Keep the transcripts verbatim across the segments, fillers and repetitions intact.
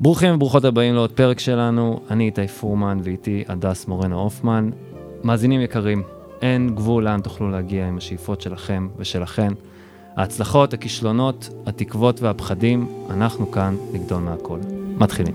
ברוכים וברוכות הבאים לעוד פרק שלנו, אני איתי פורמן ואיתי הדס מורנו אופמן. מאזינים יקרים, אין גבול לאן תוכלו להגיע עם השאיפות שלכם ושלכן. ההצלחות, הכישלונות, התקוות והפחדים, אנחנו כאן לגדול מהכל. מתחילים.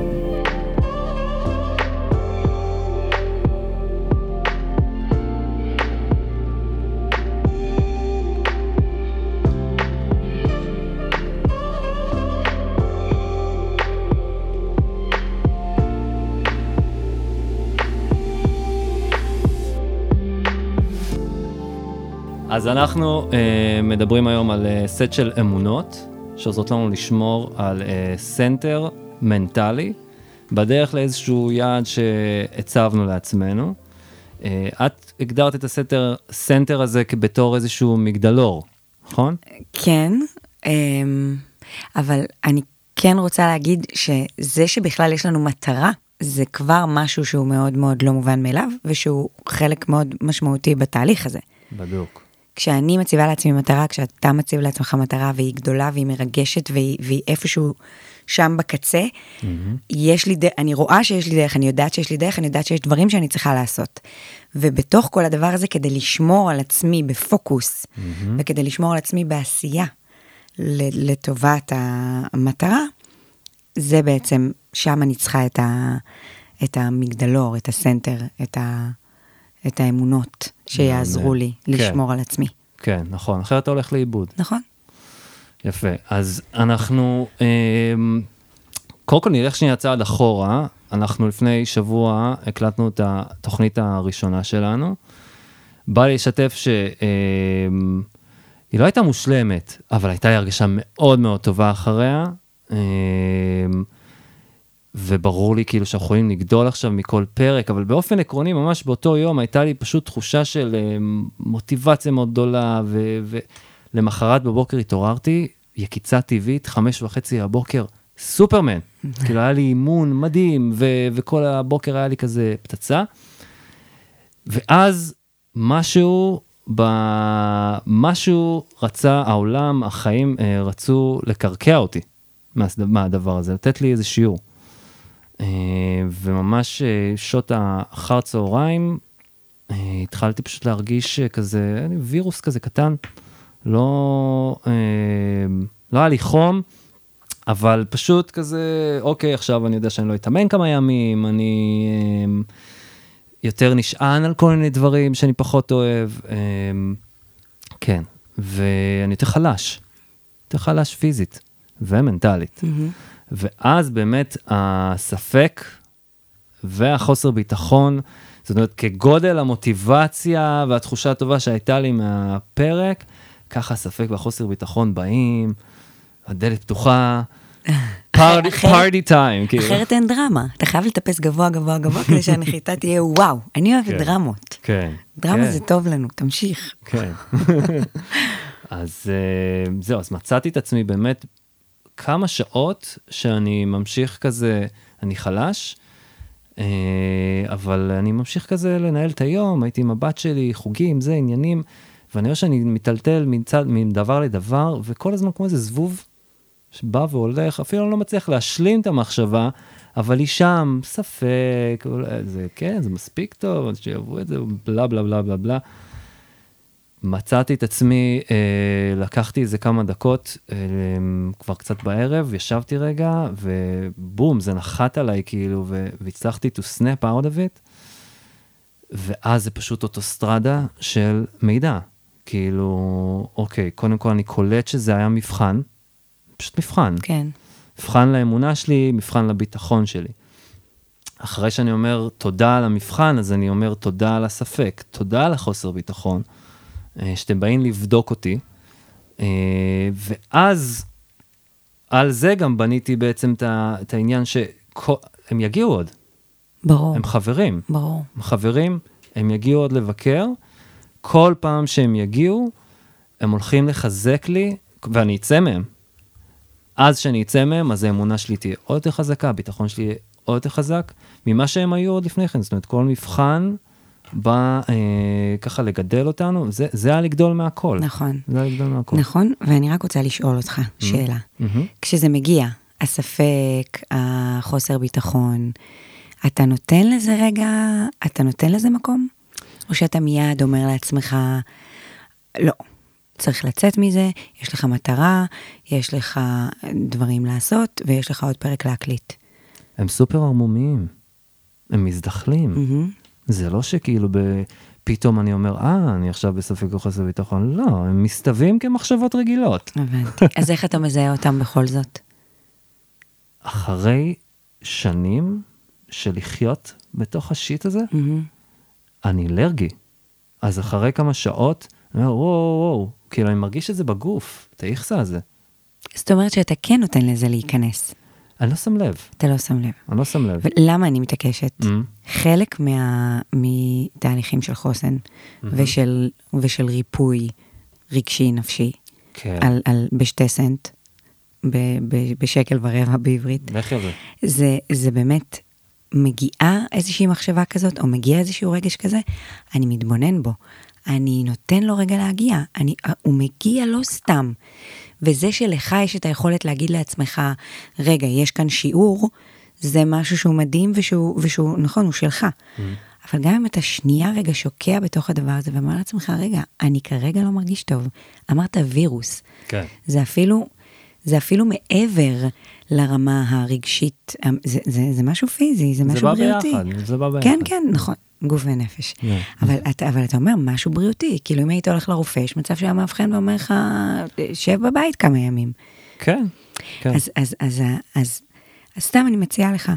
אז אנחנו אה, מדברים היום על אה, סט של אמונות, שעוזרות לנו לשמור על אה, סנטר מנטלי, בדרך לאיזשהו יעד שהצבנו לעצמנו. אה, את הגדרת את הסנטר, סנטר הזה בתור איזשהו מגדלור, נכון? כן, אה, אבל אני כן רוצה להגיד שזה שבכלל יש לנו מטרה, זה כבר משהו שהוא מאוד מאוד לא מובן מאליו, ושהוא חלק מאוד משמעותי בתהליך הזה. בדיוק. כשאני מציבה לעצמי מטרה, כשאתה מציב לעצמך מטרה, והיא גדולה והיא מרגשת, והיא, והיא איפשהו שם בקצה, mm-hmm. יש לי דרך, אני רואה שיש לי דרך, אני יודעת שיש לי דרך, אני יודעת שיש דברים שאני צריכה לעשות. ובתוך כל הדבר הזה, כדי לשמור על עצמי בפוקוס, mm-hmm. וכדי לשמור על עצמי בעשייה, לטובת המטרה, זה בעצם, שם אני צריכה את, ה, את המגדלור, את הסנטר, את ה... את האמונות שיעזרו לי לשמור כן. על עצמי. כן, נכון. אחרת אתה הולך לאיבוד. נכון. יפה. אז אנחנו, אה, קודם כל נלך שנייה צעד אחורה. אנחנו לפני שבוע הקלטנו את התוכנית הראשונה שלנו. בא לי לשתף שהיא אה, לא הייתה מושלמת, אבל הייתה לי הרגשה מאוד מאוד טובה אחריה. אה, וברור לי כאילו שאנחנו יכולים לגדול עכשיו מכל פרק, אבל באופן עקרוני, ממש באותו יום, הייתה לי פשוט תחושה של מוטיבציה מאוד גדולה, ולמחרת בבוקר התעוררתי, יקיצה טבעית, חמש וחצי הבוקר, סופרמן. כאילו היה לי אימון מדהים, ו- וכל הבוקר היה לי כזה פצצה. ואז משהו, משהו רצה, העולם, החיים רצו לקרקע אותי מהדבר הזה, לתת לי איזה שיעור. וממש שעות אחר צהריים, התחלתי פשוט להרגיש כזה, וירוס כזה קטן, לא, לא היה לי חום, אבל פשוט כזה, אוקיי, עכשיו אני יודע שאני לא אתאמן כמה ימים, אני יותר נשען על כל מיני דברים שאני פחות אוהב, כן, ואני יותר חלש, יותר חלש פיזית ומנטלית. ואז באמת הספק והחוסר ביטחון, זאת אומרת, כגודל המוטיבציה והתחושה הטובה שהייתה לי מהפרק, ככה הספק והחוסר ביטחון באים, הדלת פתוחה, פארטי טיים. אחרת אין דרמה, אתה חייב לטפס גבוה גבוה גבוה, כדי שהנחיתה תהיה וואו, אני אוהבת דרמות. כן. דרמה זה טוב לנו, תמשיך. כן. אז זהו, אז מצאתי את עצמי באמת, כמה שעות שאני ממשיך כזה, אני חלש, אבל אני ממשיך כזה לנהל את היום, הייתי עם הבת שלי, חוגים, זה, עניינים, ואני רואה שאני מטלטל מצד, מדבר לדבר, וכל הזמן כמו איזה זבוב שבא והולך, אפילו אני לא מצליח להשלים את המחשבה, אבל היא שם, ספק, זה, כן, זה מספיק טוב, שיעבו את זה, בלה בלה בלה בלה בלה. מצאתי את עצמי, אה, לקחתי איזה כמה דקות, אה, כבר קצת בערב, ישבתי רגע, ובום, זה נחת עליי כאילו, ו- והצלחתי to snap out of it, ואז זה פשוט אוטוסטרדה של מידע. כאילו, אוקיי, קודם כל אני קולט שזה היה מבחן, פשוט מבחן. כן. מבחן לאמונה שלי, מבחן לביטחון שלי. אחרי שאני אומר תודה על המבחן, אז אני אומר תודה על הספק, תודה על החוסר ביטחון, שאתם באים לבדוק אותי, ואז על זה גם בניתי בעצם את העניין שהם יגיעו עוד. ברור. הם חברים. ברור. הם חברים, הם יגיעו עוד לבקר, כל פעם שהם יגיעו, הם הולכים לחזק לי, ואני אצא מהם. אז שאני אצא מהם, אז האמונה שלי תהיה עוד יותר חזקה, הביטחון שלי יהיה עוד יותר חזק, ממה שהם היו עוד לפני כן. זאת אומרת, כל מבחן בא אה, ככה לגדל אותנו, זה, זה היה לגדול מהכל. נכון. זה היה לגדול מהכל. נכון, ואני רק רוצה לשאול אותך שאלה. Mm-hmm. כשזה מגיע, הספק, ה... החוסר ביטחון, אתה נותן לזה רגע, אתה נותן לזה מקום? או שאתה מיד אומר לעצמך, לא, צריך לצאת מזה, יש לך מטרה, יש לך דברים לעשות, ויש לך עוד פרק להקליט. הם סופר ערמומיים, הם מזדחלים. Mm-hmm. זה לא שכאילו ב... פתאום אני אומר, אה, אני עכשיו בספק וחוסר ביטחון. לא, הם מסתווים כמחשבות רגילות. הבנתי. אז איך אתה מזהה אותם בכל זאת? אחרי שנים של לחיות בתוך השיט הזה, Mm-hmm. אני אלרגי. אז אחרי כמה שעות, אני אומר, וואו, וואו, וואו, כאילו אני מרגיש את זה בגוף, את היחסה הזה. זאת אומרת שאתה כן נותן לזה להיכנס. אני לא שם לב, אתה לא שם לב. אני לא שם לב. ולמה אני מתעקשת? Mm. חלק מה, מתהליכים של חוסן Mm-hmm. ושל, ושל ריפוי רגשי נפשי, כן. על, על, בשתי סנט, ב, ב, בשקל ורבע בעברית, לכי על זה. זה, זה באמת מגיעה איזושהי מחשבה כזאת, או מגיע איזשהו רגש כזה, אני מתבונן בו, אני נותן לו רגע להגיע, אני, הוא מגיע לא סתם, וזה שלך יש את היכולת להגיד לעצמך, רגע, יש כאן שיעור, זה משהו שהוא מדהים, ושהוא, ושהוא נכון, הוא שלך. Mm-hmm. אבל גם אם אתה שנייה רגע שוקע בתוך הדבר הזה, ואמר לעצמך, רגע, אני כרגע לא מרגיש טוב. אמרת וירוס. כן. זה אפילו, זה אפילו מעבר לרמה הרגשית, זה, זה, זה משהו פיזי, זה משהו בריאותי. זה בא ביחד, זה בא ביחד. כן, כן, נכון, גוף ונפש. Yeah. אבל, אתה, אבל אתה אומר משהו בריאותי, כאילו אם היית הולך לרופא, יש מצב שהיה מאבחן ואומר לך, שב בבית כמה ימים. כן, כן. אז, אז, אז, אז, אז סתם אני מציעה לך.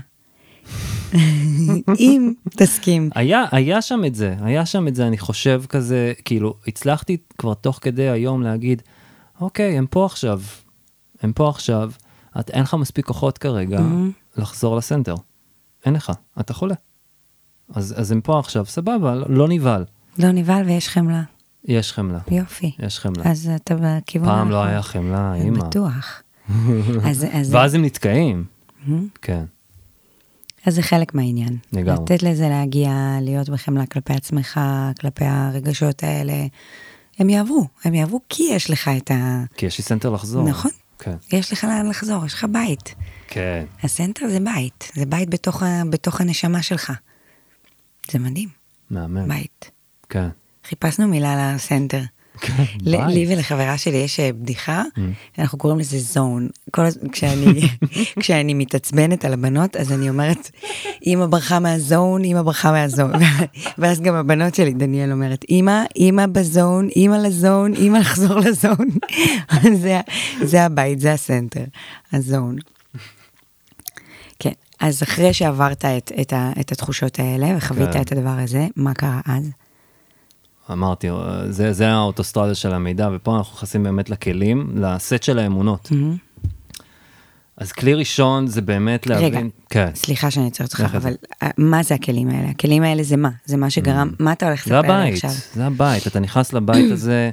אם תסכים. היה, היה שם את זה, היה שם את זה, אני חושב כזה, כאילו, הצלחתי כבר תוך כדי היום להגיד, אוקיי, הם פה עכשיו, הם פה עכשיו, את, אין לך מספיק כוחות כרגע mm-hmm. לחזור לסנטר. אין לך, אתה חולה. אז, אז הם פה עכשיו, סבבה, לא, לא ניבל. לא ניבל ויש חמלה. יש חמלה. יופי. יש חמלה. אז אתה בכיוון... פעם לא היה חמלה, אימא. בטוח. אז, אז... ואז הם נתקעים. Mm-hmm. כן. אז זה חלק מהעניין. לגמרי. לתת לזה להגיע, להיות בחמלה כלפי עצמך, כלפי הרגשות האלה. הם יעברו, הם יעברו כי יש לך את ה... כי יש לי סנטר לחזור. נכון. כן. יש לך לאן לחזור, יש לך בית. כן. הסנטר זה בית, זה בית בתוך, ה... בתוך הנשמה שלך. זה מדהים. מאמן. בית. כן. חיפשנו מילה לסנטר. כן, בית. לי ולחברה שלי יש בדיחה, אנחנו קוראים לזה זון. כשאני, כשאני מתעצבנת על הבנות, אז אני אומרת, אמא ברחה מהזון, אמא ברחה מהזון. ואז גם הבנות שלי, דניאל אומרת, אמא, אמא בזון, אמא לזון, אמא לחזור לזון. זה, זה הבית, זה הסנטר, הזון. כן, אז אחרי שעברת את, את, ה, את התחושות האלה, וחווית כן. את הדבר הזה, מה קרה אז? אמרתי, זה, זה האוטוסטרדה של המידע, ופה אנחנו נכנסים באמת לכלים, לסט של האמונות. Mm-hmm. אז כלי ראשון זה באמת להבין... רגע, כן. סליחה שאני יוצא אותך, אבל מה זה הכלים האלה? הכלים האלה זה מה? זה מה שגרם, מה אתה הולך לספר לי עכשיו? זה הבית, זה הבית. אתה נכנס לבית הזה,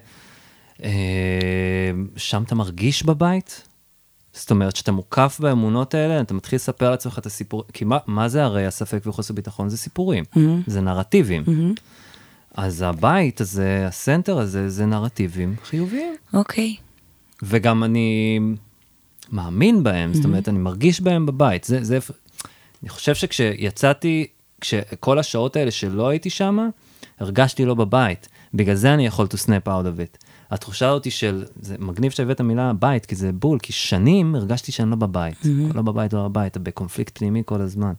שם אתה מרגיש בבית, זאת אומרת שאתה מוקף באמונות האלה, אתה מתחיל לספר לעצמך את הסיפור, כי מה, מה זה הרי הספק וחוסר ביטחון? זה סיפורים, mm-hmm. זה נרטיבים. Mm-hmm. אז הבית הזה, הסנטר הזה, זה נרטיבים חיוביים. אוקיי. וגם אני מאמין בהם, זאת אומרת, אני מרגיש בהם בבית. זה, זה, אני חושב שכשיצאתי, כשכל השעות האלה שלא הייתי שם, הרגשתי לא בבית. בגלל זה אני יכול to snap out of it. התחושה אותי של, זה מגניב שהבאת המילה בית, כי זה בול, כי שנים הרגשתי שאני לא בבית. Mm-hmm. לא בבית, לא בבית, בקונפליקט פנימי כל הזמן.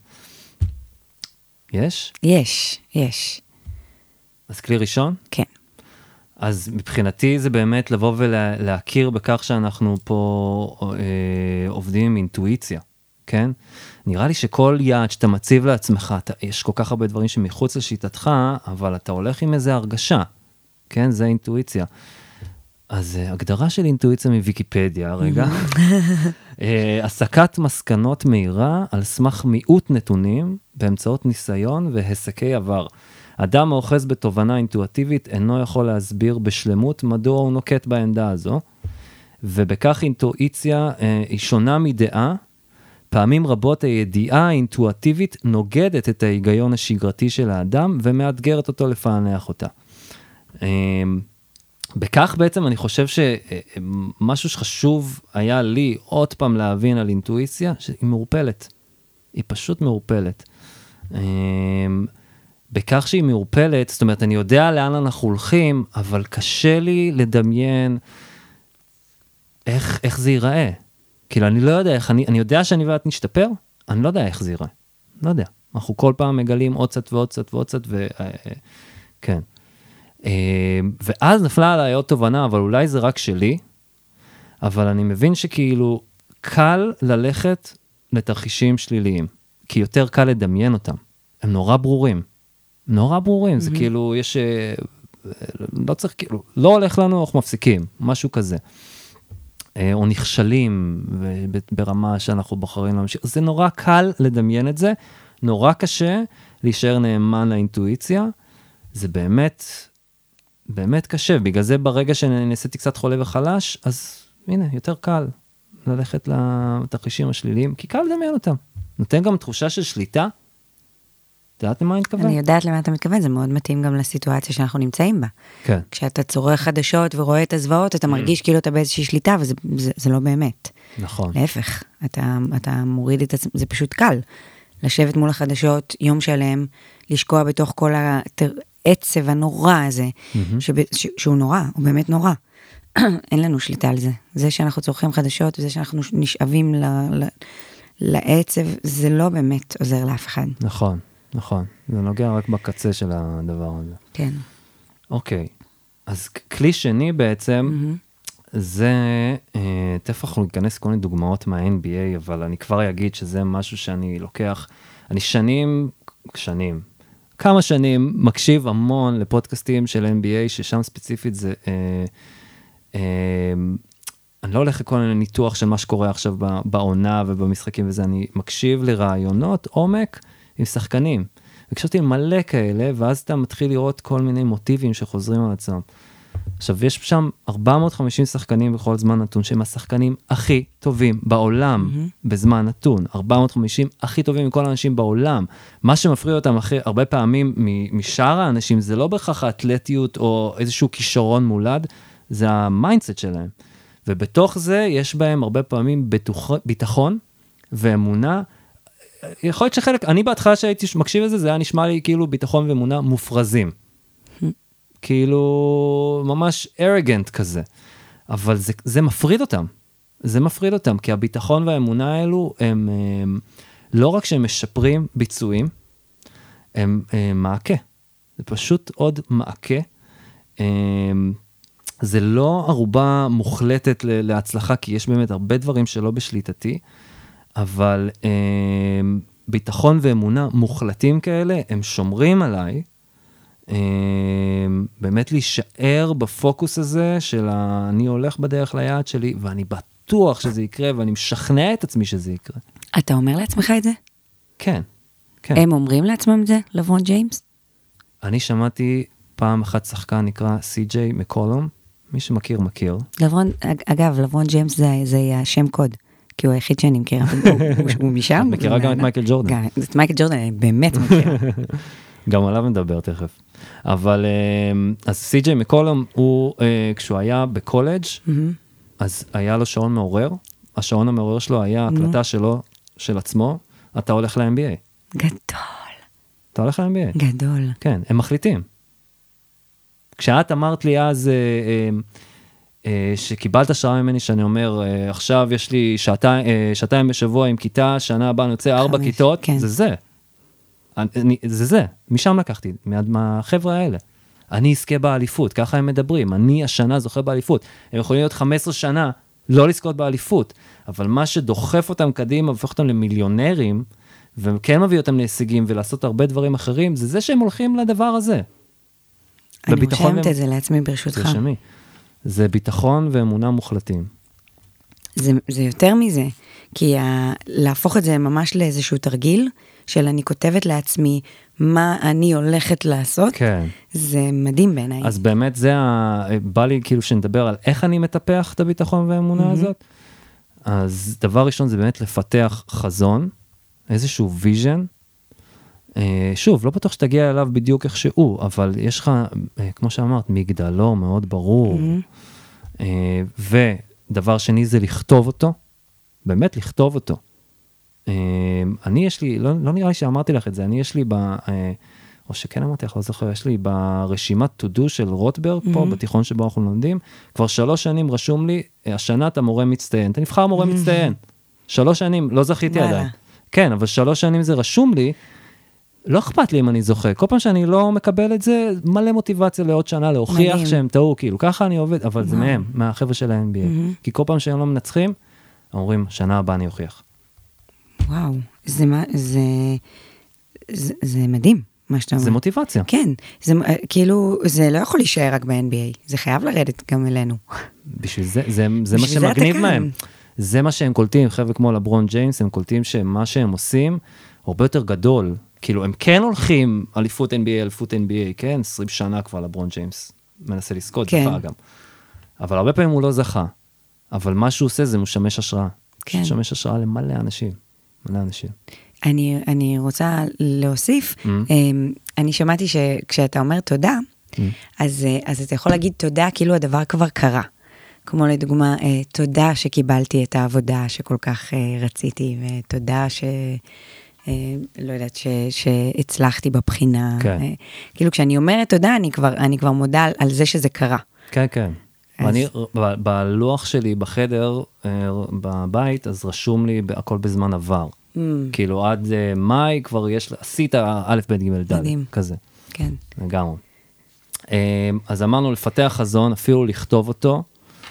יש? יש, יש. אז כלי ראשון? כן. אז מבחינתי זה באמת לבוא ולהכיר בכך שאנחנו פה אה, עובדים עם אינטואיציה, כן? נראה לי שכל יעד שאתה מציב לעצמך, אתה, יש כל כך הרבה דברים שמחוץ לשיטתך, אבל אתה הולך עם איזו הרגשה, כן? זה אינטואיציה. אז אה, הגדרה של אינטואיציה מוויקיפדיה, רגע. אה, הסקת מסקנות מהירה על סמך מיעוט נתונים, באמצעות ניסיון והסקי עבר. אדם מאוחז בתובנה אינטואטיבית אינו יכול להסביר בשלמות מדוע הוא נוקט בעמדה הזו, ובכך אינטואיציה אה, היא שונה מדעה, פעמים רבות הידיעה האינטואטיבית נוגדת את ההיגיון השגרתי של האדם, ומאתגרת אותו לפענח אותה. אה, בכך בעצם אני חושב שמשהו שחשוב היה לי עוד פעם להבין על אינטואיציה, שהיא מעורפלת. היא פשוט מעורפלת. בכך שהיא מעורפלת, זאת אומרת, אני יודע לאן אנחנו הולכים, אבל קשה לי לדמיין איך, איך זה ייראה. כאילו, אני לא יודע איך, אני, אני יודע שאני ואת נשתפר, אני לא יודע איך זה ייראה. לא יודע. אנחנו כל פעם מגלים עוד קצת ועוד קצת ועוד קצת, וכן. ואז נפלה עליי עוד תובנה, אבל אולי זה רק שלי, אבל אני מבין שכאילו, קל ללכת לתרחישים שליליים, כי יותר קל לדמיין אותם. הם נורא ברורים. נורא ברורים, זה כאילו, יש, לא צריך, כאילו, לא הולך לנו, אנחנו מפסיקים, משהו כזה. או נכשלים ברמה שאנחנו בוחרים להמשיך. זה נורא קל לדמיין את זה, נורא קשה להישאר נאמן לאינטואיציה, זה באמת, באמת קשה. בגלל זה ברגע שנעשיתי קצת חולה וחלש, אז הנה, יותר קל ללכת לתרחישים השליליים, כי קל לדמיין אותם. נותן גם תחושה של שליטה. את יודעת למה אני מתכוון? אני יודעת למה אתה מתכוון, זה מאוד מתאים גם לסיטואציה שאנחנו נמצאים בה. כן. כשאתה צורך חדשות ורואה את הזוועות, אתה מרגיש כאילו אתה באיזושהי שליטה, וזה זה, זה לא באמת. נכון. להפך, אתה, אתה מוריד את עצמך, זה פשוט קל. לשבת מול החדשות, יום שלם, לשקוע בתוך כל העצב הנורא הזה, שב, ש, שהוא נורא, הוא באמת נורא. אין לנו שליטה על זה. זה שאנחנו צורכים חדשות, וזה שאנחנו נשאבים ל, ל, לעצב, זה לא באמת עוזר לאף אחד. נכון. נכון, זה נוגע רק בקצה של הדבר הזה. כן. אוקיי, אז כלי שני בעצם, זה, תכף אנחנו ניכנס כל מיני דוגמאות מה-אן בי איי, אבל אני כבר אגיד שזה משהו שאני לוקח, אני שנים, שנים, כמה שנים מקשיב המון לפודקאסטים של אן בי איי, ששם ספציפית זה, אה, אה, אני לא הולך לכל מיני ניתוח של מה שקורה עכשיו בעונה ובמשחקים וזה, אני מקשיב לרעיונות עומק, עם שחקנים, וקשבתי מלא כאלה, ואז אתה מתחיל לראות כל מיני מוטיבים שחוזרים על עצמם. עכשיו, יש שם ארבע מאות וחמישים שחקנים בכל זמן נתון, שהם השחקנים הכי טובים בעולם, mm-hmm. בזמן נתון, ארבע מאות וחמישים הכי טובים מכל האנשים בעולם. מה שמפריע אותם אחרי, הרבה פעמים משאר האנשים, זה לא בהכרח האתלטיות או איזשהו כישרון מולד, זה המיינדסט שלהם. ובתוך זה יש בהם הרבה פעמים ביטוח, ביטחון ואמונה, יכול להיות שחלק, אני בהתחלה שהייתי מקשיב לזה, זה היה נשמע לי כאילו ביטחון ואמונה מופרזים. כאילו, ממש arrogant כזה. אבל זה, זה מפריד אותם. זה מפריד אותם, כי הביטחון והאמונה האלו, הם, הם לא רק שהם משפרים ביצועים, הם, הם מעקה. זה פשוט עוד מעקה. הם, זה לא ערובה מוחלטת להצלחה, כי יש באמת הרבה דברים שלא בשליטתי, אבל אה, ביטחון ואמונה מוחלטים כאלה, הם שומרים עליי, אה, באמת להישאר בפוקוס הזה של ה, אני הולך בדרך ליעד שלי, ואני בטוח שזה יקרה, ואני משכנע את עצמי שזה יקרה. אתה אומר לעצמך את זה? כן, כן. הם אומרים לעצמם את זה, לברון ג'יימס? אני שמעתי פעם אחת שחקן נקרא סי ג'יי מקולום, מי שמכיר מכיר. לברון, אגב, לברון ג'יימס זה, זה השם קוד. כי הוא היחיד שאני מכירה, הוא משם. את מכירה גם את מייקל ג'ורדן. את מייקל ג'ורדן, אני באמת מכירה. גם עליו נדבר תכף. אבל, אז סי ג'יי מקולום, הוא, כשהוא היה בקולג', אז היה לו שעון מעורר, השעון המעורר שלו היה הקלטה שלו, של עצמו, אתה הולך ל-אן בי איי. גדול. אתה הולך ל-אן בי איי. גדול. כן, הם מחליטים. כשאת אמרת לי אז, שקיבלת השראה ממני, שאני אומר, עכשיו יש לי שעתיים, שעתיים בשבוע עם כיתה, שנה הבאה אני יוצא ארבע כיתות, כן. זה זה. אני, זה זה. משם לקחתי, מהחבר'ה האלה. אני אזכה באליפות, ככה הם מדברים. אני השנה זוכה באליפות. הם יכולים להיות חמש עשרה שנה, לא לזכות באליפות. אבל מה שדוחף אותם קדימה, והופך אותם למיליונרים, וכן מביא אותם להישגים, ולעשות הרבה דברים אחרים, זה זה שהם הולכים לדבר הזה. אני רושמת את זה לעצמי ברשותך. זה שמי. זה ביטחון ואמונה מוחלטים. זה, זה יותר מזה, כי ה, להפוך את זה ממש לאיזשהו תרגיל, של אני כותבת לעצמי מה אני הולכת לעשות, כן. זה מדהים בעיניי. אז באמת זה, ה... בא לי כאילו שנדבר על איך אני מטפח את הביטחון והאמונה mm-hmm. הזאת. אז דבר ראשון זה באמת לפתח חזון, איזשהו ויז'ן, שוב, לא בטוח שתגיע אליו בדיוק איך שהוא, אבל יש לך, כמו שאמרת, מגדלו מאוד ברור, mm-hmm. ודבר שני זה לכתוב אותו, באמת לכתוב אותו. אני אני יש לי, לא, לא נראה לי שאמרתי לך את זה, אני יש לי ב... או שכן אמרתי לך, לא זוכר, יש לי ברשימת to do של רוטברג, mm-hmm. פה בתיכון שבו אנחנו לומדים, כבר שלוש שנים רשום לי, השנה אתה מורה מצטיין, אתה נבחר מורה mm-hmm. מצטיין. שלוש שנים, לא זכיתי עדיין. כן, אבל שלוש שנים זה רשום לי, לא אכפת לי אם אני זוכה. כל פעם שאני לא מקבל את זה, מלא מוטיבציה לעוד שנה, להוכיח מדהים. שהם טעו, כאילו, ככה אני עובד, אבל זה מהם, מהחבר'ה של ה-אן בי איי. Mm-hmm. כי כל פעם שהם לא מנצחים, אומרים, שנה הבאה אני אוכיח. וואו, זה, זה, זה, זה מדהים, מה שאתה אומר. זה מוטיבציה. כן, זה, כאילו, זה לא יכול להישאר רק ב-אן בי איי, זה חייב לרדת גם אלינו. בשביל זה, זה, זה מה שמגניב מהם. זה מה שהם קולטים, חבר'ה כמו לברון ג'יימס, הם קולטים שמה שהם עושים, הרבה יותר גדול. כאילו, הם כן הולכים אליפות אן בי איי, אליפות אן בי איי, כן? עשרים שנה כבר לברון ג'יימס מנסה לזכות, כן. זכה גם. אבל הרבה פעמים הוא לא זכה. אבל מה שהוא עושה זה משמש השראה. כן. משמש השראה למלא אנשים. מלא אנשים. אני, אני רוצה להוסיף, mm-hmm. אני שמעתי שכשאתה אומר תודה, mm-hmm. אז, אז אתה יכול להגיד תודה כאילו הדבר כבר קרה. כמו לדוגמה, תודה שקיבלתי את העבודה שכל כך רציתי, ותודה ש... לא יודעת, ש, שהצלחתי בבחינה. כן. כאילו, כשאני אומרת תודה, אני כבר, אני כבר מודה על זה שזה קרה. כן, כן. אז... ואני, ב, בלוח שלי בחדר, בבית, אז רשום לי הכל בזמן עבר. Mm. כאילו, עד מאי כבר יש, עשית א', ב', ג', ד', כזה. כן. לגמרי. אז אמרנו לפתח חזון, אפילו לכתוב אותו,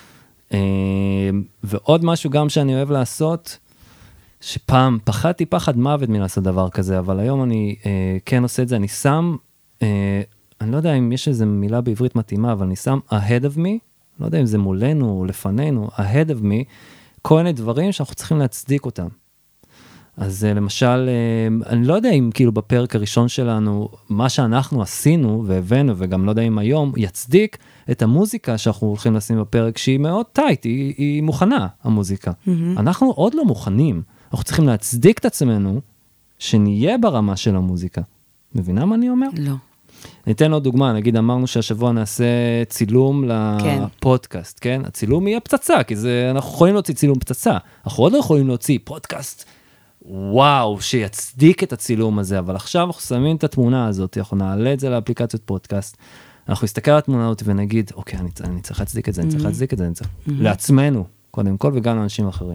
ועוד משהו גם שאני אוהב לעשות, שפעם פחדתי פחד מוות מלעשות דבר כזה, אבל היום אני אה, כן עושה את זה, אני שם, אה, אני לא יודע אם יש איזו מילה בעברית מתאימה, אבל אני שם ahead of me, לא יודע אם זה מולנו או לפנינו, ahead of me, כל מיני דברים שאנחנו צריכים להצדיק אותם. אז אה, למשל, אה, אני לא יודע אם כאילו בפרק הראשון שלנו, מה שאנחנו עשינו והבאנו, וגם לא יודע אם היום, יצדיק את המוזיקה שאנחנו הולכים לשים בפרק, שהיא מאוד טייט, היא, היא מוכנה, המוזיקה. Mm-hmm. אנחנו עוד לא מוכנים. אנחנו צריכים להצדיק את עצמנו, שנהיה ברמה של המוזיקה. מבינה מה אני אומר? לא. ניתן עוד דוגמה, נגיד אמרנו שהשבוע נעשה צילום לפודקאסט, כן? הצילום יהיה פצצה, כי זה, אנחנו יכולים להוציא צילום פצצה. אנחנו עוד לא יכולים להוציא פודקאסט, וואו, שיצדיק את הצילום הזה, אבל עכשיו אנחנו שמים את התמונה הזאת, אנחנו נעלה את זה לאפליקציות פודקאסט, אנחנו נסתכל על התמונה הזאת ונגיד, אוקיי, אני, אני צריך להצדיק את זה, אני צריך להצדיק את זה, אני צריך... לעצמנו, קודם כל, וגם לאנשים אחרים.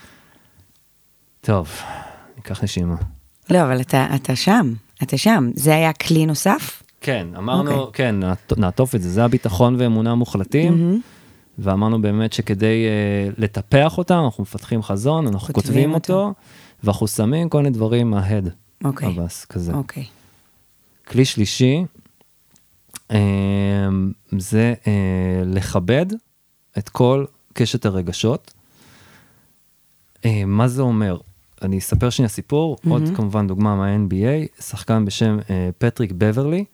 טוב, ניקח נשימה. לא, אבל אתה, אתה שם, אתה שם. זה היה כלי נוסף? כן, אמרנו, okay. כן, נעטוף את זה. זה הביטחון ואמונה מוחלטים, mm-hmm. ואמרנו באמת שכדי uh, לטפח אותם, אנחנו מפתחים חזון, אנחנו כותבים אותו, אותו, ואנחנו שמים כל מיני דברים מההד. אוקיי. Okay. הבס, כזה. אוקיי. Okay. כלי שלישי, uh, זה uh, לכבד את כל קשת הרגשות. Uh, מה זה אומר? אני אספר שנייה סיפור, mm-hmm. עוד כמובן דוגמה מה-אן בי איי, שחקן בשם uh, פטריק בברלי,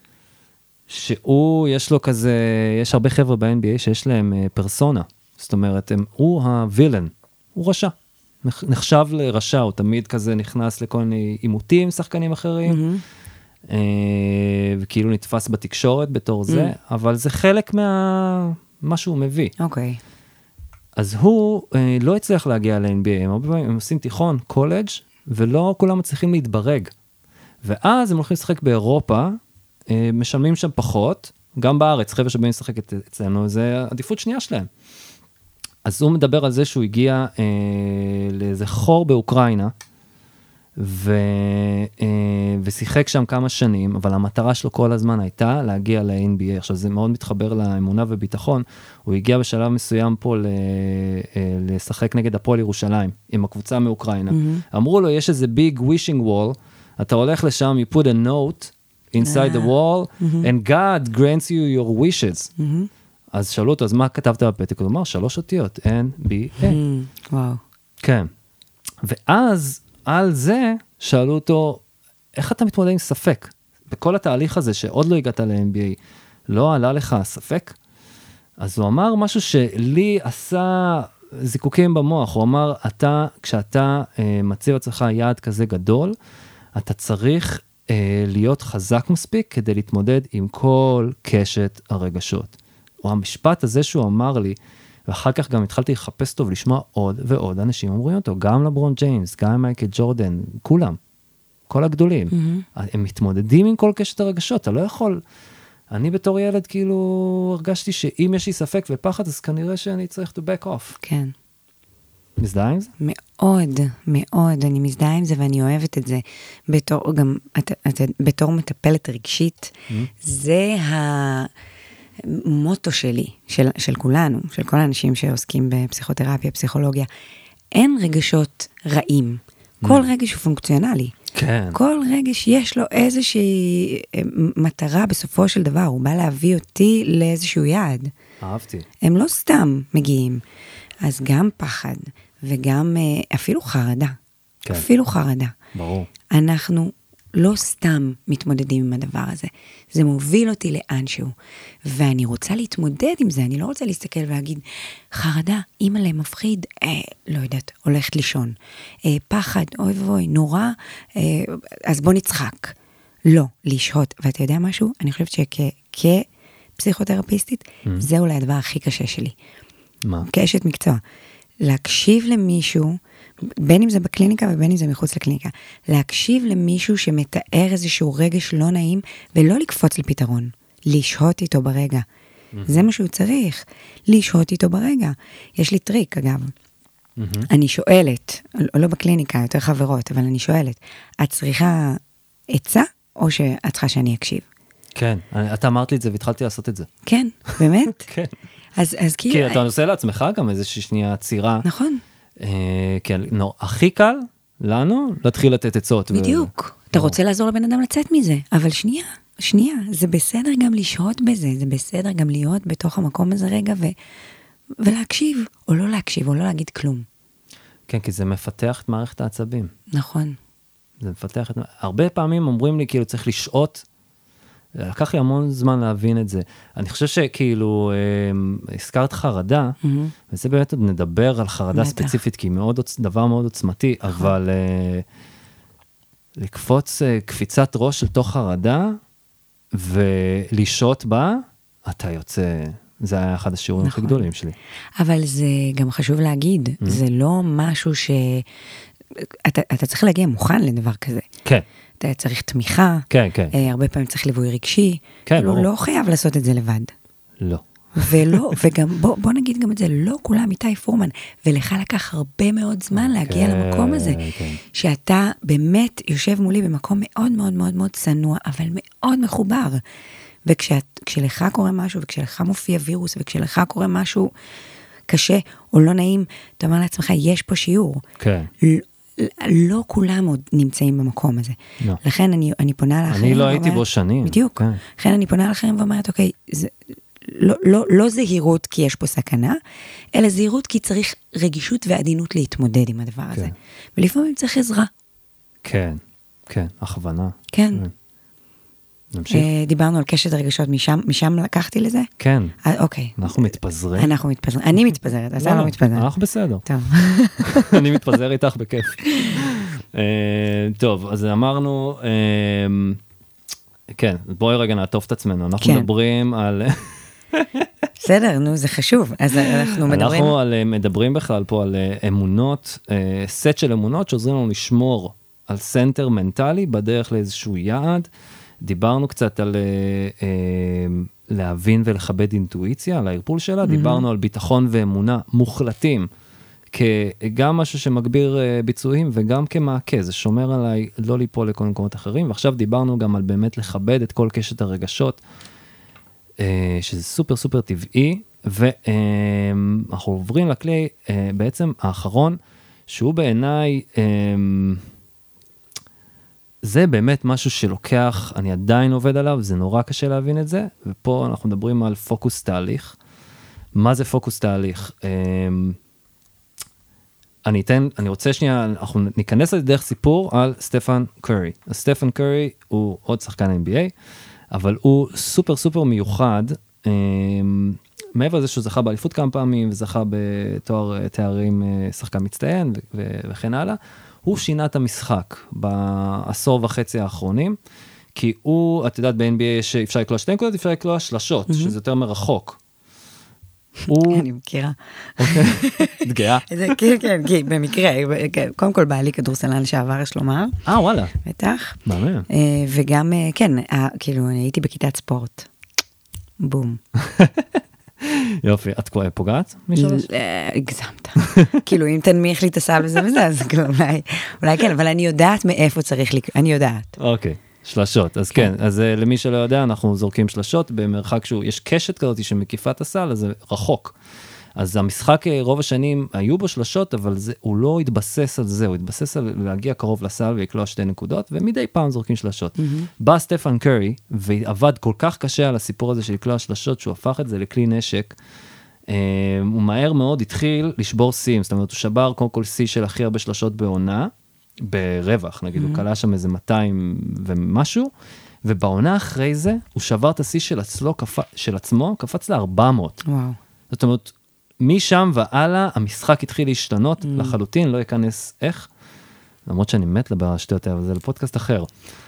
שהוא, יש לו כזה, יש הרבה חבר'ה ב-אן בי איי שיש להם uh, פרסונה, זאת אומרת, הם, הוא הווילן, הוא רשע, נחשב לרשע, הוא תמיד כזה נכנס לכל מיני עימותים, שחקנים אחרים, mm-hmm. uh, וכאילו נתפס בתקשורת בתור זה, mm-hmm. אבל זה חלק מה, מה שהוא מביא. אוקיי. Okay. אז הוא אה, לא הצליח להגיע ל-אן בי איי, הם, הם עושים תיכון, קולג', ולא כולם מצליחים להתברג. ואז הם הולכים לשחק באירופה, אה, משלמים שם פחות, גם בארץ, חבר'ה שבאים לשחק אצלנו, זה עדיפות שנייה שלהם. אז הוא מדבר על זה שהוא הגיע אה, לאיזה חור באוקראינה, ו, אה, ושיחק שם כמה שנים, אבל המטרה שלו כל הזמן הייתה להגיע ל-אן בי איי. עכשיו זה מאוד מתחבר לאמונה וביטחון, הוא הגיע בשלב מסוים פה ל, אה, לשחק נגד הפועל ירושלים, עם הקבוצה מאוקראינה. Mm-hmm. אמרו לו, יש איזה big wishing wall, אתה הולך לשם, you put a note inside the wall, mm-hmm. and God grants you your wishes. Mm-hmm. אז שאלו אותו, אז מה כתבת בפתק? הוא אמר, שלוש אותיות, אן בי איי. Mm-hmm. וואו. כן. ואז, על זה שאלו אותו, איך אתה מתמודד עם ספק? בכל התהליך הזה שעוד לא הגעת ל-אן בי איי, לא עלה לך ספק? אז הוא אמר משהו שלי עשה זיקוקים במוח, הוא אמר, אתה, כשאתה אה, מציב אצלך יעד כזה גדול, אתה צריך אה, להיות חזק מספיק כדי להתמודד עם כל קשת הרגשות. או המשפט הזה שהוא אמר לי, ואחר כך גם התחלתי לחפש טוב, לשמוע עוד ועוד אנשים אומרים אותו, גם לברון ג'יימס, גם מייקל ג'ורדן, כולם. כל הגדולים. Mm-hmm. הם מתמודדים עם כל קשת הרגשות, אתה לא יכול... אני בתור ילד כאילו הרגשתי שאם יש לי ספק ופחד, אז כנראה שאני צריך to back off. כן. מזדהה עם זה? מאוד, מאוד, אני מזדהה עם זה ואני אוהבת את זה. בתור, גם, את, את, בתור מטפלת רגשית, mm-hmm. זה המוטו שלי, של, של כולנו, של כל האנשים שעוסקים בפסיכותרפיה, פסיכולוגיה. אין רגשות רעים. כל mm-hmm. רגש הוא פונקציונלי. כן. כל רגש יש לו איזושהי מטרה בסופו של דבר, הוא בא להביא אותי לאיזשהו יעד. אהבתי. הם לא סתם מגיעים. אז גם פחד, וגם אפילו חרדה. כן. אפילו חרדה. ברור. אנחנו לא סתם מתמודדים עם הדבר הזה. זה מוביל אותי לאנשהו. ואני רוצה להתמודד עם זה, אני לא רוצה להסתכל ולהגיד, חרדה, אמא להם מפחיד, אה, לא יודעת, הולכת לישון. אה, פחד, אוי ואוי, נורא, אה, אז בוא נצחק. לא, לשהות. ואתה יודע משהו? אני חושבת שכפסיכותרפיסטית, mm-hmm. זה אולי הדבר הכי קשה שלי. מה? כאשת מקצוע. להקשיב למישהו, בין אם זה בקליניקה ובין אם זה מחוץ לקליניקה, להקשיב למישהו שמתאר איזשהו רגש לא נעים, ולא לקפוץ לפתרון, לשהות איתו ברגע. Mm-hmm. זה מה שהוא צריך, לשהות איתו ברגע. יש לי טריק, אגב. Mm-hmm. אני שואלת, לא בקליניקה, יותר חברות, אבל אני שואלת, את צריכה עצה, או שאת צריכה שאני אקשיב? כן, אתה אמרת לי את זה והתחלתי לעשות את זה. כן, באמת? כן. אז, אז כאילו... כי אתה עושה לעצמך גם איזושהי שנייה עצירה. נכון. כן, הכי קל לנו להתחיל לתת עצות. בדיוק. אתה רוצה לעזור לבן אדם לצאת מזה, אבל שנייה, שנייה, זה בסדר גם לשהות בזה, זה בסדר גם להיות בתוך המקום הזה רגע ולהקשיב, או לא להקשיב, או לא להגיד כלום. כן, כי זה מפתח את מערכת העצבים. נכון. זה מפתח את... הרבה פעמים אומרים לי, כאילו, צריך לשעות, לקח לי המון זמן להבין את זה. אני חושב שכאילו, אה, הזכרת חרדה, mm-hmm. וזה באמת עוד נדבר על חרדה בטח. ספציפית, כי היא מאוד, דבר מאוד עוצמתי, נכון. אבל אה, לקפוץ אה, קפיצת ראש לתוך חרדה, ולשעות בה, אתה יוצא, זה היה אחד השיעורים נכון. הכי גדולים שלי. אבל זה גם חשוב להגיד, mm-hmm. זה לא משהו ש... אתה, אתה צריך להגיע מוכן לדבר כזה. כן. אתה צריך תמיכה, כן, כן. אה, הרבה פעמים צריך ליווי רגשי, כן, לא, לא חייב לעשות את זה לבד. לא. ולא, וגם, בוא, בוא נגיד גם את זה, לא כולם איתי פורמן, ולך לקח הרבה מאוד זמן להגיע כן, למקום הזה, כן. שאתה באמת יושב מולי במקום מאוד מאוד מאוד מאוד צנוע, אבל מאוד מחובר, וכשלך קורה משהו, וכשלך מופיע וירוס, וכשלך קורה משהו קשה או לא נעים, אתה אומר לעצמך, יש פה שיעור. כן. לא כולם עוד נמצאים במקום הזה. לא. לכן אני, אני פונה לאחרים. אני לא הייתי ואומר, בו שנים. בדיוק. כן. לכן אני פונה לאחרים ואומרת, אוקיי, זה, לא, לא, לא זהירות כי יש פה סכנה, אלא זהירות כי צריך רגישות ועדינות להתמודד עם הדבר כן. הזה. ולפעמים צריך עזרה. כן, כן, הכוונה. כן. כן. נמשיך. דיברנו על קשת הרגשות, משם, משם לקחתי לזה? כן. אוקיי. אנחנו מתפזרים. אנחנו מתפזרים. אני מתפזרת, אתה לא מתפזר. אנחנו בסדר. טוב. אני מתפזר איתך בכיף. טוב, אז אמרנו, כן, בואי רגע נעטוף את עצמנו. אנחנו מדברים על... בסדר, נו, זה חשוב. אז אנחנו מדברים... אנחנו מדברים בכלל פה על אמונות, סט של אמונות שעוזרים לנו לשמור על סנטר מנטלי בדרך לאיזשהו יעד. דיברנו קצת על אה, אה, להבין ולכבד אינטואיציה, על הערפול שלה, mm-hmm. דיברנו על ביטחון ואמונה מוחלטים, כגם משהו שמגביר אה, ביצועים וגם כמעקה, זה שומר עליי לא ליפול לכל מקומות אחרים, ועכשיו דיברנו גם על באמת לכבד את כל קשת הרגשות, אה, שזה סופר סופר טבעי, ואנחנו אה, עוברים לכלי אה, בעצם האחרון, שהוא בעיניי... אה, זה באמת משהו שלוקח, אני עדיין עובד עליו, זה נורא קשה להבין את זה, ופה אנחנו מדברים על פוקוס תהליך. מה זה פוקוס תהליך? אני אתן, אני רוצה שנייה, אנחנו ניכנס לדרך סיפור על סטפן קורי. אז סטפן קורי הוא עוד שחקן אן בי איי, אבל הוא סופר סופר מיוחד, מעבר לזה שהוא זכה באליפות כמה פעמים, וזכה בתואר תארים שחקן מצטיין וכן הלאה, הוא שינה את המשחק בעשור וחצי האחרונים, כי הוא, את יודעת, ב-אן בי איי אפשר לקלוע שתי נקודות, אפשר לקלוע שלשות, mm-hmm. שזה יותר מרחוק. אני מכירה. את גאה? כן, כן, במקרה, קודם כל בעלי כדורסלן לשעבר, יש לומר. אה, וואלה. בטח. מאמן. וגם, כן, כאילו, אני הייתי בכיתת ספורט. בום. יופי, את פוגעת משלוש? הגזמת. כאילו, אם תנמיך לי את הסל וזה וזה, אז אולי כן, אבל אני יודעת מאיפה צריך, אני יודעת. אוקיי. שלשות, אז כן, אז למי שלא יודע, אנחנו זורקים שלשות במרחק שהוא, יש קשת כזאת שמקיפה את הסל, אז זה רחוק. אז המשחק רוב השנים היו בו שלשות, אבל זה, הוא לא התבסס על זה, הוא התבסס על להגיע קרוב לסל ויקלוע שתי נקודות, ומדי פעם זורקים שלשות. Mm-hmm. בא סטפן קרי, ועבד כל כך קשה על הסיפור הזה של לקלוע שלשות, שהוא הפך את זה לכלי נשק, אה, הוא מהר מאוד התחיל לשבור סים, זאת אומרת, הוא שבר קודם כל סי של הכי הרבה שלשות בעונה, ברווח, נגיד, mm-hmm. הוא קלה שם איזה מאתיים ומשהו, ובעונה אחרי זה, הוא שבר את השיא של, של עצמו, קפץ ל-ארבע מאות. וואו. זאת אומרת, משם והלאה, המשחק התחיל להשתנות, mm-hmm. לחלוטין, לא ייכנס איך, למרות שאני מת לדבר על השטויות, אבל זה לפודקאסט אחר.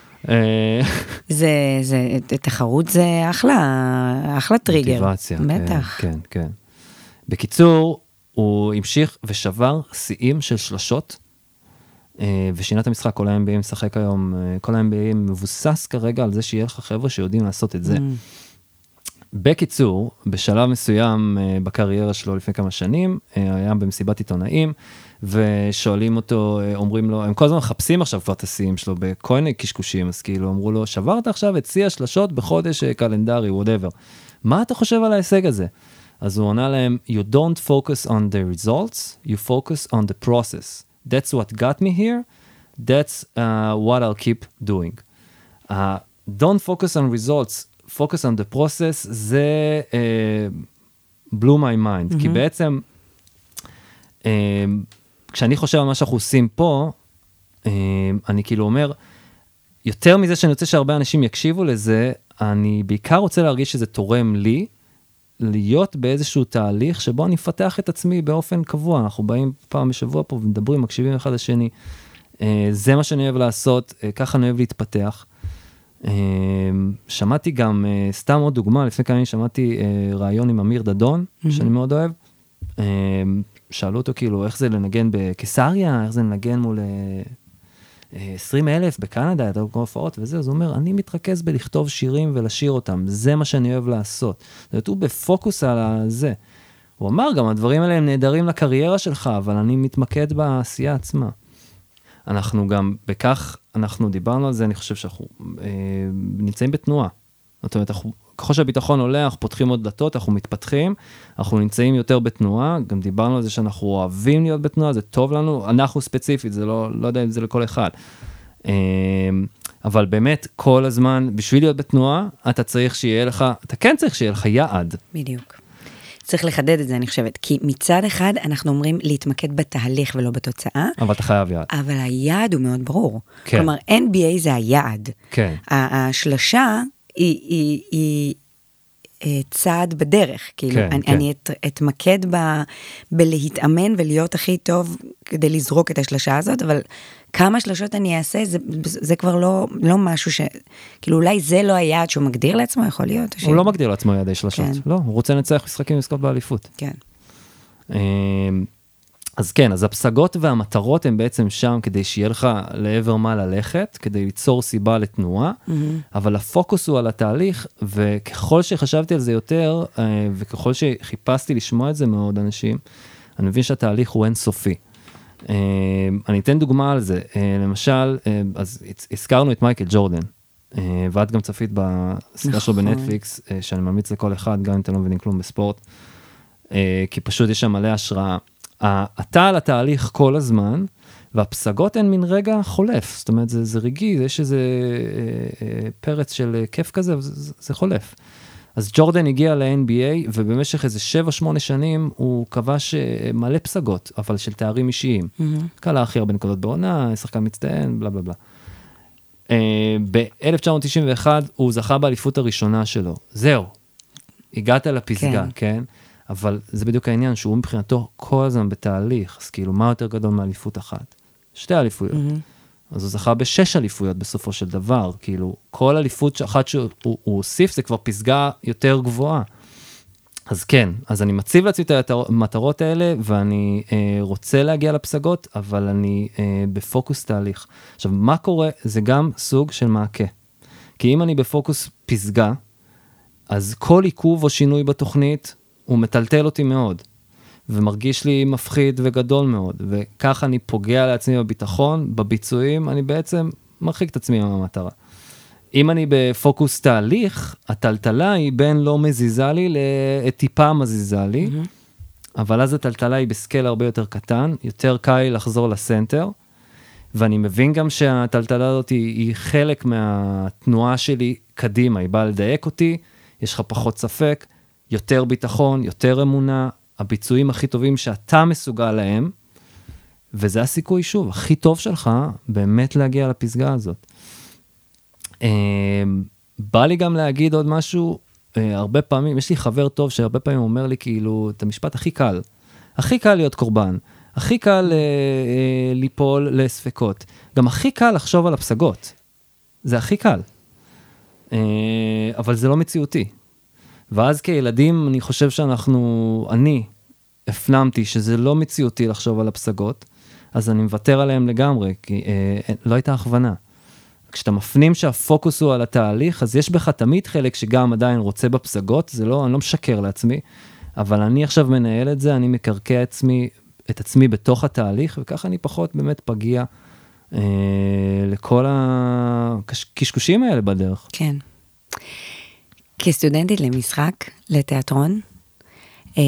זה, זה, תחרות זה אחלה, אחלה טריגר. מוטיבציה. בטח. כן, כן, כן. בקיצור, הוא המשיך ושבר שיאים של שלשות, ושינה את המשחק, כל ה-אן בי איי משחק היום, כל ה-אן בי איי מבוסס כרגע על זה שיהיה לך חבר'ה שיודעים לעשות את זה. בקיצור, בשלב מסוים בקריירה שלו לפני כמה שנים, היה במסיבת עיתונאים, ושואלים אותו, אומרים לו, הם כל הזמן מחפשים עכשיו כבר את השיאים שלו, בכל מיני קשקושים, אז כאילו אמרו לו, שברת עכשיו את שיא השלשות בחודש קלנדרי, whatever. מה אתה חושב על ההישג הזה? אז הוא עונה להם, you don't focus on the results, you focus on the process. That's what got me here. That's uh, what I'll keep doing. Uh, don't focus on results, focus on the process, זה uh, blew my mind. Mm-hmm. כי בעצם, uh, כשאני חושב על מה שאנחנו עושים פה, uh, אני כאילו אומר, יותר מזה שאני רוצה שהרבה אנשים יקשיבו לזה, אני בעיקר רוצה להרגיש שזה תורם לי, להיות באיזשהו תהליך שבו אני אפתח את עצמי באופן קבוע. אנחנו באים פעם בשבוע פה ומדברים, מקשיבים אחד לשני. זה מה שאני אוהב לעשות, ככה אני אוהב להתפתח. שמעתי גם, סתם עוד דוגמה, לפני כמה ימים שמעתי רעיון עם אמיר דדון, שאני מאוד אוהב. שאלו אותו כאילו, איך זה לנגן בקיסריה, איך זה לנגן מול עשרים אלף בקנדה, את ההופעות וזה, אז הוא אומר, אני מתרכז בלכתוב שירים ולשיר אותם, זה מה שאני אוהב לעשות. זאת אומרת, הוא בפוקוס על זה. הוא אמר, גם הדברים האלה הם נהדרים לקריירה שלך, אבל אני מתמקד בעשייה עצמה. אנחנו גם, בכך, אנחנו דיברנו על זה, אני חושב שאנחנו אה, נמצאים בתנועה. זאת אומרת, אנחנו, ככל שהביטחון עולה, אנחנו פותחים עוד דלתות, אנחנו מתפתחים, אנחנו נמצאים יותר בתנועה, גם דיברנו על זה שאנחנו אוהבים להיות בתנועה, זה טוב לנו, אנחנו ספציפית, זה לא, לא יודע אם זה לכל אחד. אבל באמת, כל הזמן, בשביל להיות בתנועה, אתה צריך שיהיה לך, אתה כן צריך שיהיה לך יעד. בדיוק. צריך לחדד את זה, אני חושבת, כי מצד אחד אנחנו אומרים להתמקד בתהליך ולא בתוצאה. אבל אתה חייב יעד. אבל היעד הוא מאוד ברור. כן. כלומר, אן בי איי זה היעד. כן. השלשה היא, היא, היא, היא צעד בדרך. כאילו, כן, אני, כן. אני את, אתמקד ב, בלהתאמן ולהיות הכי טוב כדי לזרוק את השלשה הזאת, אבל כמה שלשות אני אעשה, זה, זה כבר לא, לא משהו ש... כאילו, אולי זה לא היעד שהוא מגדיר לעצמו, יכול להיות. הוא ש... לא מגדיר לעצמו יעדי שלשות. כן. לא, הוא רוצה לנצח משחקים ולזכות באליפות. כן. אז כן, אז הפסגות והמטרות הן בעצם שם כדי שיהיה לך לעבר מה ללכת, כדי ליצור סיבה לתנועה, mm-hmm. אבל הפוקוס הוא על התהליך, וככל שחשבתי על זה יותר, וככל שחיפשתי לשמוע את זה מאוד אנשים, אני מבין שהתהליך הוא אינסופי. אני אתן דוגמה על זה, למשל, אז הזכרנו את מייקל ג'ורדן, ואת גם צפית בסדרה שלו בנטפליקס, שאני ממליץ לכל אחד, גם אם אתם לא מבינים כלום בספורט, כי פשוט יש שם מלא השראה. אתה על התהליך כל הזמן, והפסגות הן מין רגע חולף, זאת אומרת, זה, זה רגעי, יש איזה אה, פרץ של כיף כזה, זה, זה חולף. אז ג'ורדן הגיע ל-אן בי איי, ובמשך איזה שבע שמונה שנים, הוא כבש מלא פסגות, אבל של תארים אישיים. Mm-hmm. קלה הכי הרבה נקודות בעונה, שחקן מצטיין, בלה בלה בלה. אה, ב-אלף תשע מאות תשעים ואחת, הוא זכה באליפות הראשונה שלו. זהו, הגעת לפסגה, כן? כן? אבל זה בדיוק העניין, שהוא מבחינתו כל הזמן בתהליך, אז כאילו, מה יותר גדול מאליפות אחת? שתי אליפויות. Mm-hmm. אז הוא זכה בשש אליפויות בסופו של דבר, כאילו, כל אליפות אחת שהוא הוא הוסיף, זה כבר פסגה יותר גבוהה. אז כן, אז אני מציב לעצמי את המטרות האלה, ואני אה, רוצה להגיע לפסגות, אבל אני אה, בפוקוס תהליך. עכשיו, מה קורה? זה גם סוג של מעקה. כי אם אני בפוקוס פסגה, אז כל עיכוב או שינוי בתוכנית, הוא מטלטל אותי מאוד, ומרגיש לי מפחיד וגדול מאוד, וכך אני פוגע לעצמי בביטחון, בביצועים, אני בעצם מרחיק את עצמי מהמטרה. אם אני בפוקוס תהליך, הטלטלה היא בין לא מזיזה לי לטיפה מזיזה לי, mm-hmm. אבל אז הטלטלה היא בסקל הרבה יותר קטן, יותר קל לחזור לסנטר, ואני מבין גם שהטלטלה הזאת היא, היא חלק מהתנועה שלי קדימה, היא באה לדייק אותי, יש לך פחות ספק, יותר ביטחון, יותר אמונה, הביצועים הכי טובים שאתה מסוגל להם, וזה הסיכוי שוב, הכי טוב שלך, באמת להגיע לפסגה הזאת. בא לי גם להגיד עוד משהו, הרבה פעמים, יש לי חבר טוב שהרבה פעמים אומר לי כאילו, את המשפט הכי קל, הכי קל להיות קורבן, הכי קל ליפול לספקות, גם הכי קל לחשוב על הפסגות, זה הכי קל, אבל זה לא מציאותי. ואז כילדים אני חושב שאנחנו, אני הפנמתי שזה לא מציאותי לחשוב על הפסגות, אז אני מוותר עליהם לגמרי, כי לא הייתה הכוונה. כשאתה מפנים שהפוקוס הוא על התהליך, אז יש בך תמיד חלק שגם עדיין רוצה בפסגות, זה לא, אני לא משקר לעצמי, אבל אני עכשיו מנהל את זה, אני מקרקע עצמי, את עצמי בתוך התהליך, וככה אני פחות באמת פגיע אה, לכל הקשקושים האלה בדרך. כן. כסטודנטית למשחק, לתיאטרון, אה,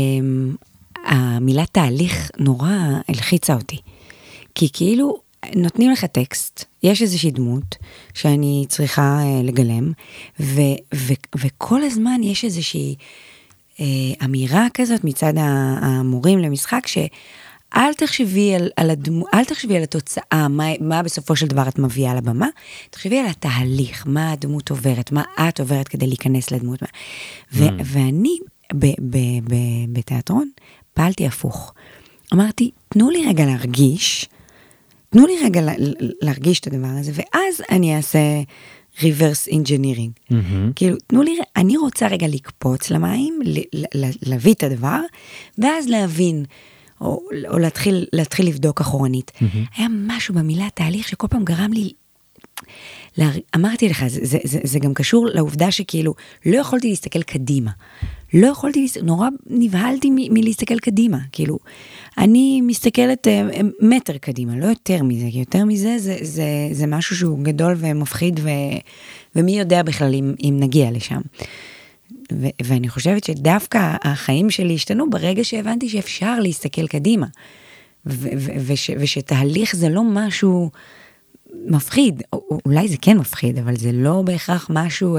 המילה תהליך נורא הלחיצה אותי, כי כאילו, נותנים לך טקסט, יש איזושהי דמות שאני צריכה אה, לגלם, ו, ו, וכל הזמן יש איזושהי אה, אמירה כזאת מצד המורים למשחק, שאל תחשבי על, על, הדמו, אל תחשבי על התוצאה, מה, מה בסופו של דבר את מביאה לבמה, תחשבי על התהליך, מה הדמות עוברת, מה את עוברת כדי להיכנס לדמות. ו, mm. ואני ב, ב, ב, בתיאטרון פעלתי הפוך. אמרתי, תנו לי רגע להרגיש, תנו לי רגע להרגיש את הדבר הזה, ואז אני אעשה reverse engineering. Mm-hmm. כאילו, תנו לי, אני רוצה רגע לקפוץ למים, להביא את הדבר, ואז להבין, או, או להתחיל, להתחיל לבדוק אחורנית. Mm-hmm. היה משהו במילה תהליך שכל פעם גרם לי, לה, אמרתי לך, זה, זה, זה, זה גם קשור לעובדה שכאילו, לא יכולתי להסתכל קדימה. לא יכולתי, להסתכל, נורא נבהלתי מ, מלהסתכל קדימה. כאילו, אני מסתכלת uh, מטר קדימה, לא יותר מזה, כי יותר מזה זה, זה, זה משהו שהוא גדול ומפחיד, ו, ומי יודע בכלל אם, אם נגיע לשם. ו, ואני חושבת שדווקא החיים שלי השתנו ברגע שהבנתי שאפשר להסתכל קדימה. ו, ו, וש, ושתהליך זה לא משהו מפחיד, או, אולי זה כן מפחיד, אבל זה לא בהכרח משהו אה,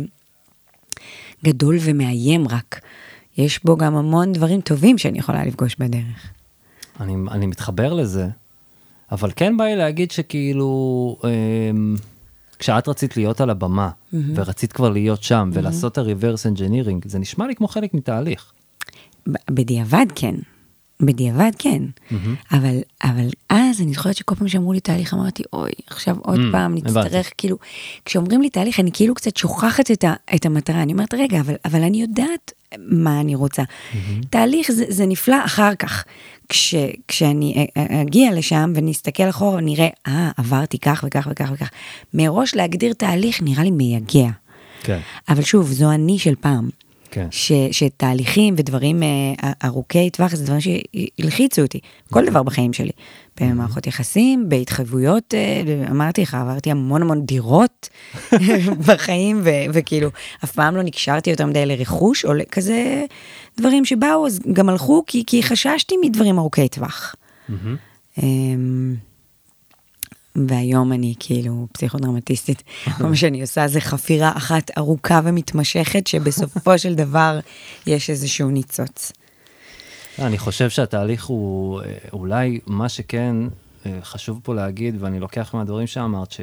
גדול ומאיים רק. יש בו גם המון דברים טובים שאני יכולה לפגוש בדרך. אני, אני מתחבר לזה, אבל כן בא לי להגיד שכאילו, אה, כשאת רצית להיות על הבמה, mm-hmm. ורצית כבר להיות שם, mm-hmm. ולעשות את ה-reverse engineering, זה נשמע לי כמו חלק מתהליך. בדיעבד כן. בדיעבד כן, mm-hmm. אבל, אבל אז אני זוכרת שכל פעם שאמרו לי תהליך, אמרתי, אוי, עכשיו עוד mm, פעם נצטרך, הבנתי. כאילו, כשאומרים לי תהליך, אני כאילו קצת שוכחת את, ה, את המטרה, אני אומרת, רגע, אבל, אבל אני יודעת מה אני רוצה. Mm-hmm. תהליך זה, זה נפלא אחר כך, כש, כשאני אגיע לשם ונסתכל אחורה, ונראה, אה, עברתי כך וכך וכך וכך. מראש להגדיר תהליך נראה לי מייגע. כן. אבל שוב, זו אני של פעם. כן. ש, שתהליכים ודברים אה, ארוכי טווח, זה דברים שהלחיצו אותי, כל דבר בחיים שלי, במערכות יחסים, בהתחייבויות, אה, אמרתי לך, עברתי המון המון דירות בחיים, ו, וכאילו, אף פעם לא נקשרתי יותר מדי לרכוש, או כזה דברים שבאו, אז גם הלכו, כי, כי חששתי מדברים ארוכי טווח. אה, והיום אני כאילו פסיכודרמטיסטית, כל מה שאני עושה זה חפירה אחת ארוכה ומתמשכת, שבסופו של דבר יש איזשהו ניצוץ. אני חושב שהתהליך הוא אולי מה שכן חשוב פה להגיד, ואני לוקח מהדברים שאמרת,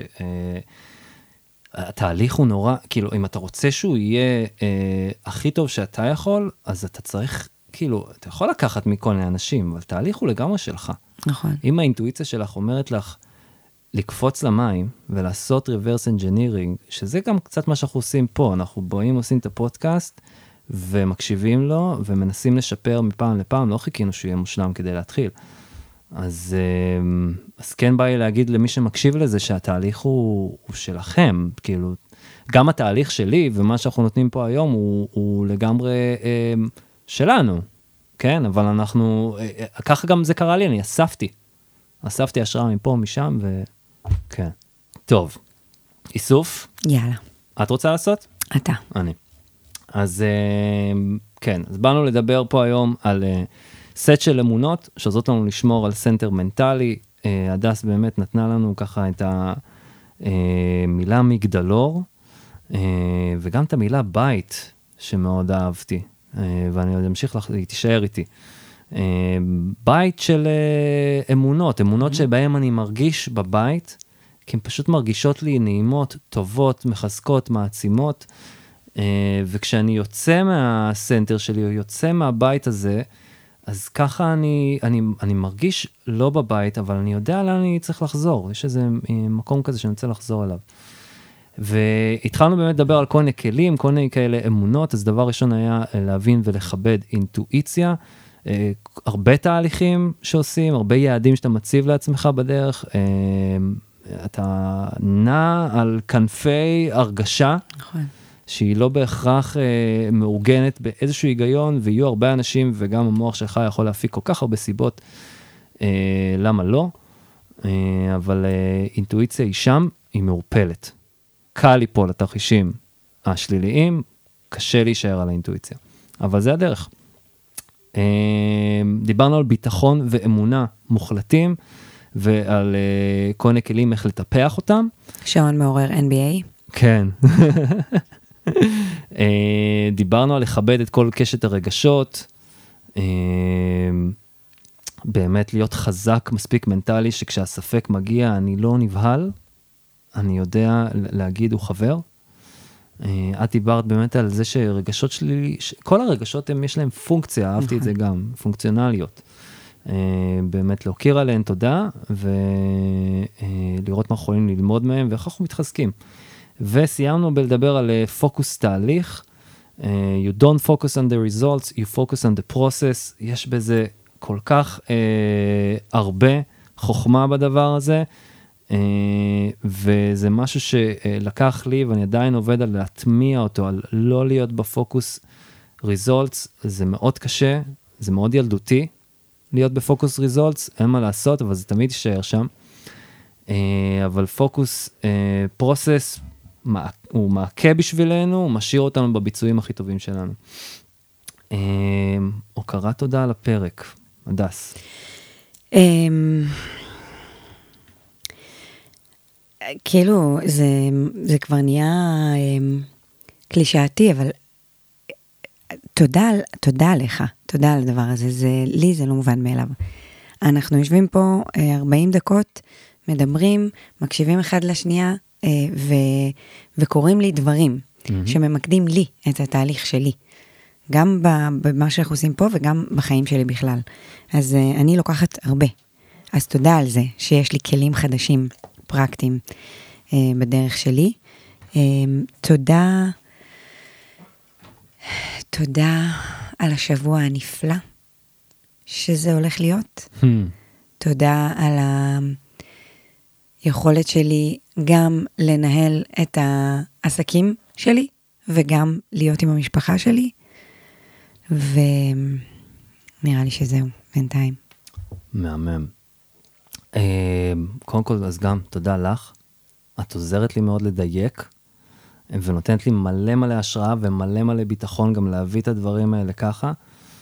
שהתהליך הוא נורא, כאילו אם אתה רוצה שהוא יהיה הכי טוב שאתה יכול, אז אתה צריך, כאילו, אתה יכול לקחת מכל מיני אנשים, אבל תהליך הוא לגמרי שלך. נכון. אם האינטואיציה שלך אומרת לך, לקפוץ למים ולעשות reverse engineering, שזה גם קצת מה שאנחנו עושים פה, אנחנו באים, עושים את הפודקאסט, ומקשיבים לו, ומנסים לשפר מפעם לפעם, לא חיכינו שהוא יהיה מושלם כדי להתחיל. אז, אז כן בא לי להגיד למי שמקשיב לזה, שהתהליך הוא, הוא שלכם, כאילו, גם התהליך שלי, ומה שאנחנו נותנים פה היום, הוא, הוא לגמרי אה, שלנו, כן? אבל אנחנו, אה, ככה גם זה קרה לי, אני אספתי, אספתי השראה מפה, משם, וכן. טוב, איסוף. יאללה. את רוצה לעשות? אתה. אני. אז כן, אז באנו לדבר פה היום על סט של אמונות, שעוזרות לנו לשמור על סנטר מנטלי. הדס באמת נתנה לנו ככה את המילה מגדלור, וגם את המילה בית, שמאוד אהבתי, ואני עוד אמשיך לך, היא תישאר איתי. בית של אמונות, אמונות שבהם אני מרגיש בבית, כי הן פשוט מרגישות לי נעימות, טובות, מחזקות, מעצימות, וכשאני יוצא מהסנטר שלי, או יוצא מהבית הזה, אז ככה אני, אני, אני מרגיש לא בבית, אבל אני יודע לאן אני צריך לחזור, יש איזה מקום כזה שאני רוצה לחזור אליו. והתחלנו באמת לדבר על כל מיני כלים, כל מיני כאלה אמונות, אז דבר ראשון היה להבין ולכבד אינטואיציה, הרבה תהליכים שעושים, הרבה יעדים שאתה מציב לעצמך בדרך, אתה נע על כנפי הרגשה, נכון. שהיא לא בהכרח אה, מאורגנת באיזשהו היגיון, ויהיו הרבה אנשים, וגם המוח שלך יכול להפיק כל כך הרבה סיבות, אה, למה לא, אה, אבל אה, אינטואיציה היא שם, היא מעורפלת. קל ליפול לתרחישים השליליים, קשה להישאר על האינטואיציה, אבל זה הדרך. אה, דיברנו על ביטחון ואמונה מוחלטים, ועל uh, כל מיני כלים איך לטפח אותם. שעון מעורר אן בי איי. כן. uh, דיברנו על לכבד את כל קשת הרגשות, uh, באמת להיות חזק מספיק מנטלי, שכשהספק מגיע אני לא נבהל, אני יודע להגיד הוא חבר. Uh, את דיברת באמת על זה שרגשות שלי, כל הרגשות הם, יש להם פונקציה, אהבתי את זה גם, פונקציונליות. Uh, באמת להוקיר עליהן תודה, ולראות uh, מה יכולים ללמוד מהם, ואיך אנחנו מתחזקים. וסיימנו בלדבר על uh, פוקוס תהליך, uh, you don't focus on the results, you focus on the process, יש בזה כל כך uh, הרבה חוכמה בדבר הזה, uh, וזה משהו שלקח לי, ואני עדיין עובד על להטמיע אותו, על לא להיות בפוקוס results, זה מאוד קשה, זה מאוד ילדותי, להיות בפוקוס ריזולטס, אין מה לעשות, אבל זה תמיד יישאר שם. אבל פוקוס פרוסס, הוא מעקה בשבילנו, הוא משאיר אותנו בביצועים הכי טובים שלנו. הוקרת תודה על הפרק, הדס. כאילו, זה כבר נהיה קלישאתי, אבל תודה, תודה לך, תודה על הדבר הזה, זה, לי זה לא מובן מאליו. אנחנו יושבים פה ארבעים דקות, מדברים, מקשיבים אחד לשנייה, ו, וקוראים לי דברים, mm-hmm. שממקדים לי את התהליך שלי, גם במה שאנחנו עושים פה, וגם בחיים שלי בכלל. אז אני לוקחת הרבה. אז תודה על זה, שיש לי כלים חדשים, פרקטיים, בדרך שלי. תודה, תודה על השבוע הנפלא שזה הולך להיות. Hmm. תודה על היכולת שלי גם לנהל את העסקים שלי, וגם להיות עם המשפחה שלי. ונראה לי שזהו, בינתיים. מהמם. קודם כל, אז גם תודה לך. את עוזרת לי מאוד לדייק, ונותנת לי מלא מלא השראה ומלא מלא ביטחון גם להביא את הדברים האלה ככה,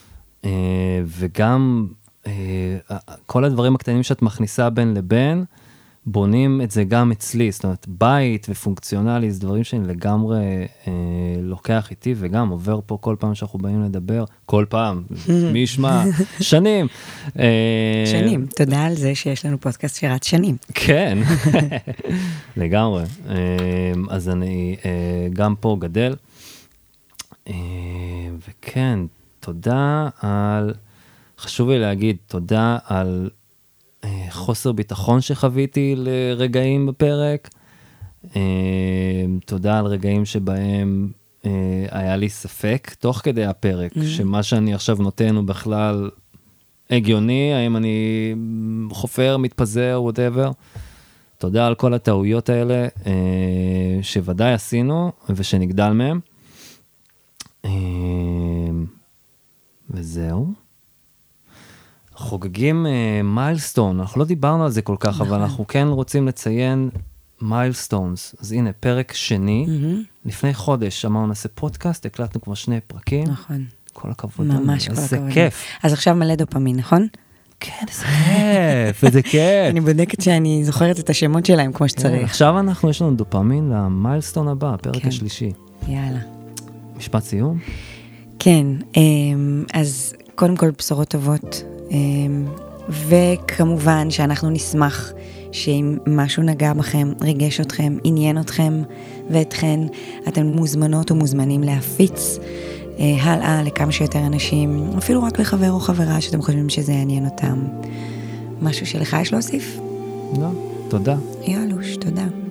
וגם כל הדברים הקטנים שאת מכניסה בין לבין, בונים את זה גם אצלי, זאת אומרת, בית ופונקציונלי, זה דברים שאני לגמרי אה, לוקח איתי, וגם עובר פה כל פעם שאנחנו באים לדבר, כל פעם, מי ישמע, שנים. אה, שנים, תודה על זה שיש לנו פודקאסט שרץ שנים. כן, לגמרי. אה, אז אני אה, גם פה גדל, אה, וכן, תודה על, חשוב לי להגיד, תודה על, חוסר ביטחון שחוויתי לרגעים בפרק, תודה על רגעים שבהם היה לי ספק, תוך כדי הפרק, שמה שאני עכשיו נותן הוא בכלל הגיוני, האם אני חופר, מתפזר, whatever. תודה על כל הטעויות האלה, שוודאי עשינו, ושנגדל מהם. וזהו. חוגגים מיילסטון, אנחנו לא דיברנו על זה כל כך, אבל אנחנו כן רוצים לציין מיילסטונס. אז הנה, פרק שני, לפני חודש אמרנו נעשה פודקאסט, הקלטנו כבר שני פרקים. נכון. כל הכבוד. ממש כל הכבוד. איזה כיף. אז עכשיו מלא דופמין, נכון? כן, איזה כיף, איזה כיף. אני בודקת שאני זוכרת את השמות שלהם כמו שצריך. עכשיו אנחנו, יש לנו דופמין למיילסטון הבא, הפרק השלישי. יאללה. משפט סיום? כן, אז קודם כל בשורות טובות, וכמובן שאנחנו נשמח שאם משהו נגע בכם, ריגש אתכם, עניין אתכם ואתכן, אתם מוזמנות ומוזמנים להפיץ הלאה לכמה שיותר אנשים, אפילו רק לחבר או חברה שאתם חושבים שזה יעניין אותם. משהו שלך יש להוסיף? לא, תודה. יאלוש, תודה.